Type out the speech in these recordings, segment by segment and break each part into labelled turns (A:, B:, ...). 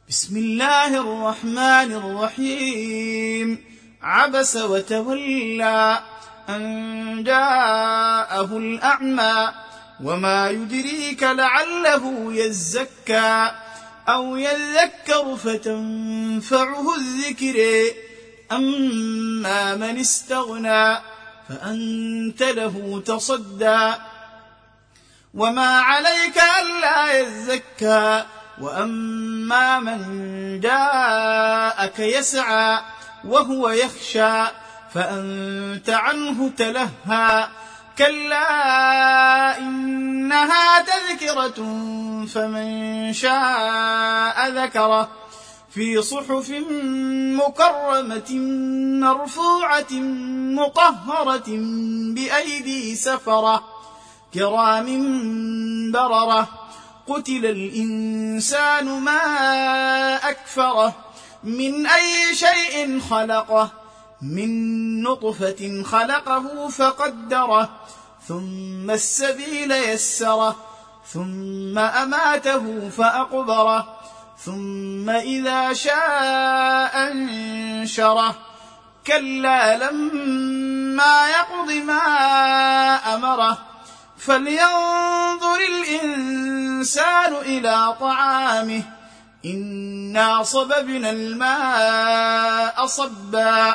A: بسم الله الرحمن الرحيم. عبس وتولى أن جاءه الأعمى وما يدريك لعله يزكى أو يذكر فتنفعه الذكر أما من استغنى فأنت له تصدى وما عليك ألا يزكى وأما من جاءك يسعى وهو يخشى فأنت عنه تلهى كلا إنها تذكرة فمن شاء ذكره في صحف مكرمة مرفوعة مطهرة بأيدي سفرة كرام بررة قتل الإنسان ما أكفره من أي شيء خلقه من نطفة خلقه فقدره ثم السبيل يسره ثم أماته فأقبره ثم إذا شاء أنشره كلا لما يقض ما أمره فلينظر الإنسان إلى طعامه إنا صببنا الماء صبا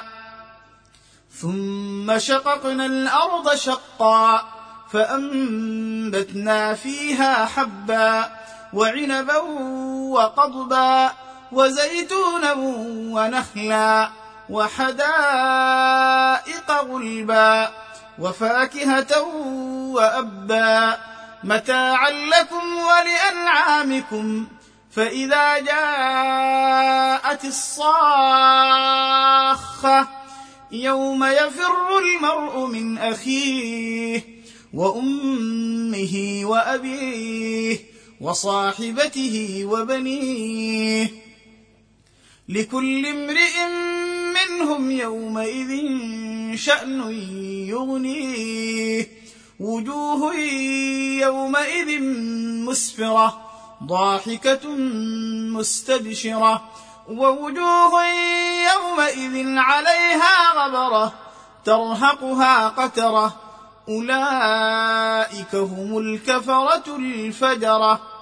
A: ثم شققنا الأرض شقا فأنبتنا فيها حبا وعنبا وقضبا وزيتونا ونخلا وحدائق غلبا وفاكهة وأبا متاعا لكم ولأنعامكم فإذا جاءت الصاخة يوم يفر المرء من أخيه وأمه وأبيه وصاحبته وبنيه لكل امرئ منهم يومئذ شأن يغنيه وجوه يومئذ مسفرة ضاحكة مستبشرة ووجوه يومئذ عليها غبرة ترهقها قترة أولئك هم الكفرة الفجرة.